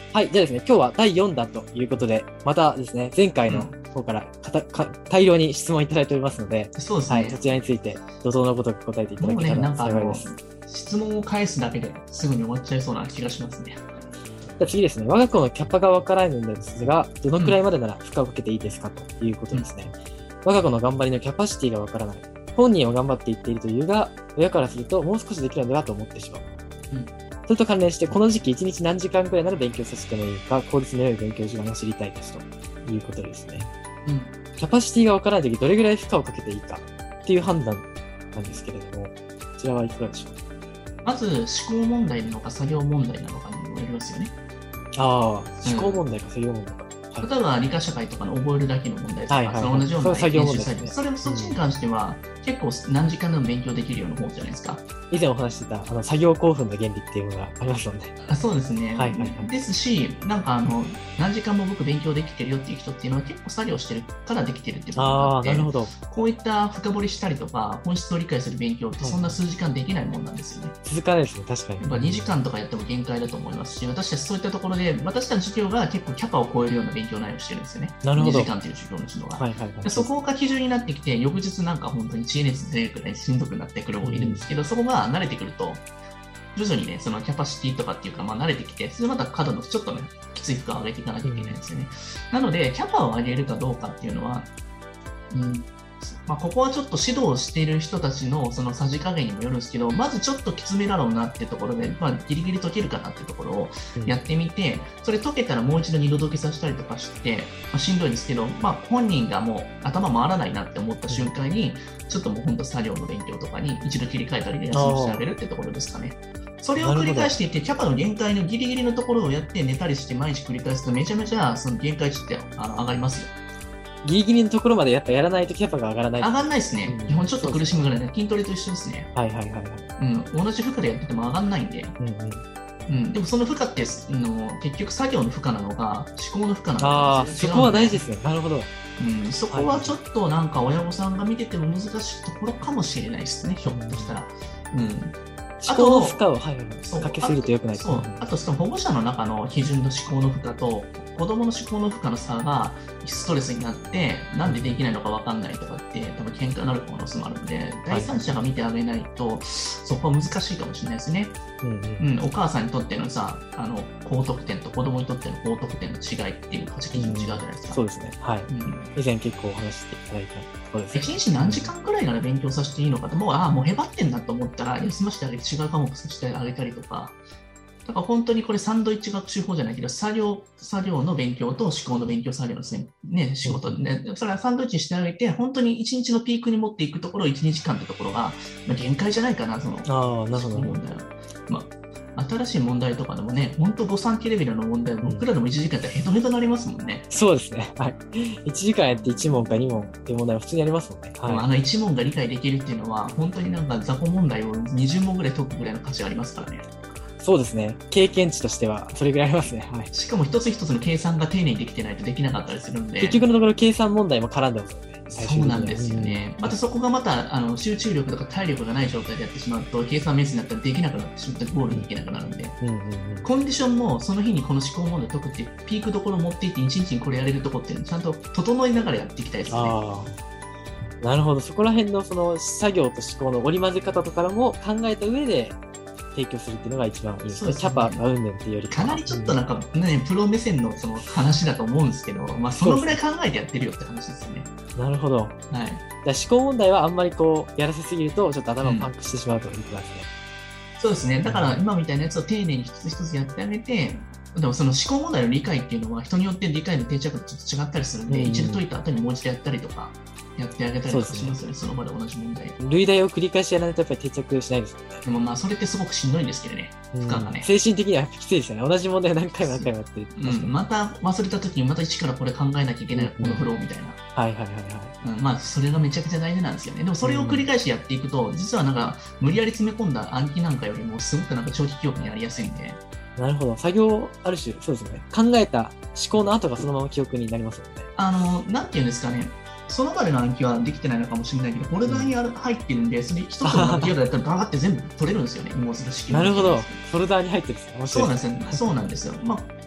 はい、じゃあですね、今日は第4弾ということで、またですね、前回の方から大量に質問いただいておりますので、 そうですね。 はい、そちらについて怒涛のごとく答えていただけたら幸いです。 質問を返すだけですぐに終わっちゃいそうな気がしますね。 じゃあ次ですね、我が子のキャパがわからないのですが、どのくらいまでなら負荷をかけていいですかということですね。我が子の頑張りのキャパシティがわからない。本人は頑張っていっているというが、親からするともう少しできるのではと思ってしまう。それと関連して、この時期1日何時間くらいなら勉強させてもいいか、効率の良い勉強時間を知りたいですということですね。キャパシティがわからないとき、どれぐらい負荷をかけていいかっていう判断なんですけれども、こちらはいかがでしょうか。 まず、思考問題なのか作業問題なのかにもよりますよね。 思考問題か作業問題か。 例えば理科社会とかの覚えるだけの問題とか、その同じような作業問題ですね。 そっちに関しては、結構何時間でも勉強できるような方じゃないですか。 以前お話してた作業興奮の原理っていうのがありますので。 そうですね。ですし、何時間も僕勉強できてるよっていう人っていうのは結構作業してるからできてるっていうことがあって、こういった深掘りしたりとか、本質を理解する勉強ってそんな数時間できないもんなんですよね。 続かないですね、確かに。 2時間とかやっても限界だと思いますし、私たちそういったところで、私たちの授業が結構キャパを超えるような勉強内容をしてるんですよね。 なるほど。 2時間という授業の授業が。そこが基準になってきて、翌日本当に知恵熱出るくらいしんどくなってくる子がいるんですけど、そこが慣れてくると、徐々にね、そのキャパシティとかっていうか、慣れてきて、それまた過度のちょっとね、きつい負荷を上げていかなきゃいけないんですよね。なので、キャパを上げるかどうかっていうのは、ここはちょっと指導している人たちのそのさじ加減にもよるんですけど、まずちょっときつめだろうなっていうところで、ギリギリ解けるかなっていうところをやってみて、それ解けたらもう一度二度解きさせたりとかして、しんどいですけど、本人がもう頭回らないなって思った瞬間に、ちょっともう本当作業の勉強とかに一度切り替えたりで休ませてあげるってところですかね。それを繰り返していって、キャパの限界のギリギリのところをやって寝たりして毎日繰り返すと、めちゃめちゃその限界値って上がりますよ。 ギリギリのところまでやっぱやらないとキャパが上がらない。 上がらないですね。基本ちょっと苦しむぐらいで、筋トレと一緒ですね。同じ負荷でやってても上がらないんで。でもその負荷って結局作業の負荷なのか、思考の負荷なのか。 そこは大事ですね。なるほど。 そこはちょっと親御さんが見てても難しいところかもしれないですね、ひょっとしたら。 思考の負荷をかけすぎると良くないですね。 あと、保護者の中の基準の思考の負荷と、子供の思考の負荷の差がストレスになって、なんでできないのか分かんないとかって、多分喧嘩になる可能性もあるので、第三者が見てあげないと、そこは難しいかもしれないですね。お母さんにとっての高得点と子供にとっての高得点の違いっていう価値基準違うじゃないですか。 そうですね。以前結構お話していただいたところです。 1日何時間くらいから勉強させていいのかと、もうへばってんなと思ったら、休ませてあげて違う科目させてあげたりとか、だから本当にこれサンドイッチ学習法じゃないけど、作業の勉強と思考の勉強作業のね、仕事でね、それはサンドイッチにしてあげて、本当に1日のピークに持っていくところ、1、2時間ってところが、限界じゃないかな、その思考問題は。新しい問題とかでもね、本当誤算機レベルの問題、僕らでも1時間ってヘトヘトになりますもんね。 そうですね。1時間やって1問か2問っていう問題は普通にありますもんね。 でも1問が理解できるっていうのは、本当に雑魚問題を20問ぐらい解くぐらいの価値がありますからね。 そうですね。経験値としてはそれぐらいありますね。 しかも一つ一つの計算が丁寧にできてないとできなかったりするんで。 結局のところ計算問題も絡んでますよね。 そうなんですよね。またそこが集中力とか体力がない状態でやってしまうと、計算ミスになったらできなくなってしまってゴールに行けなくなるんで、コンディションもその日にこの思考問題解くってピークどころを持っていって1日にこれやれるところっていうのをちゃんと整いながらやっていきたいですね。 なるほど。そこら辺のその作業と思考の織り交ぜ方とかも考えた上で提供するっていうのが一番いいですね。キャパがうんぬんっていうよりかなりちょっとプロ目線のその話だと思うんですけど、そのぐらい考えてやってるよって話ですよね。 なるほど。じゃあ思考問題はあんまりやらせすぎるとちょっと頭をパンクしてしまうということですね。 そうですね。だから今みたいなやつを丁寧に一つ一つやってあげて、でもその思考問題の理解っていうのは人によって理解の定着がちょっと違ったりするんで、一度解いた後にもう一度やったりとかやってあげたりとかしますよね。その場で同じ問題。 類題を繰り返しやらないとやっぱり定着しないですよね。 でもそれってすごくしんどいんですけどね。負荷がね。 精神的にはやっぱきついですよね。同じ問題を何回も何回もやって。 また忘れた時にまた一からこれ考えなきゃいけない、このフローみたいな。それがめちゃくちゃ大事なんですよね。でもそれを繰り返しやっていくと、実は無理やり詰め込んだ暗記なんかよりもすごく長期記憶になりやすいんで。 なるほど。作業、ある種、そうですね。考えた思考の後がそのまま記憶になりますよね。 なんていうんですかね。その場での暗記はできてないのかもしれないけど、フォルダに入ってるんで、それ一つの記憶だったらバーって全部取れるんですよね、芋づる式。 なるほど。フォルダに入ってるんですね。 そうなんですよ。そうなんですよ。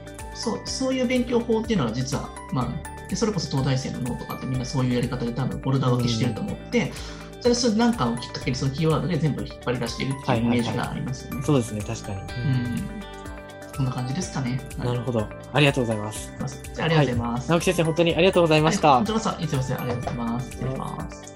そういう勉強法っていうのは実は、でそれこそ東大生の脳とかってみんなそういうやり方で多分フォルダ分けしてると思って、それなんかをきっかけにそのキーワードで全部引っ張り出しているっていうイメージがありますよね。 そうですね、確かに。 こんな感じですかね。 なるほど。ありがとうございます。 じゃあ、ありがとうございます。 直木先生、本当にありがとうございました。 こちらこそ、いつもありがとうございます。失礼します。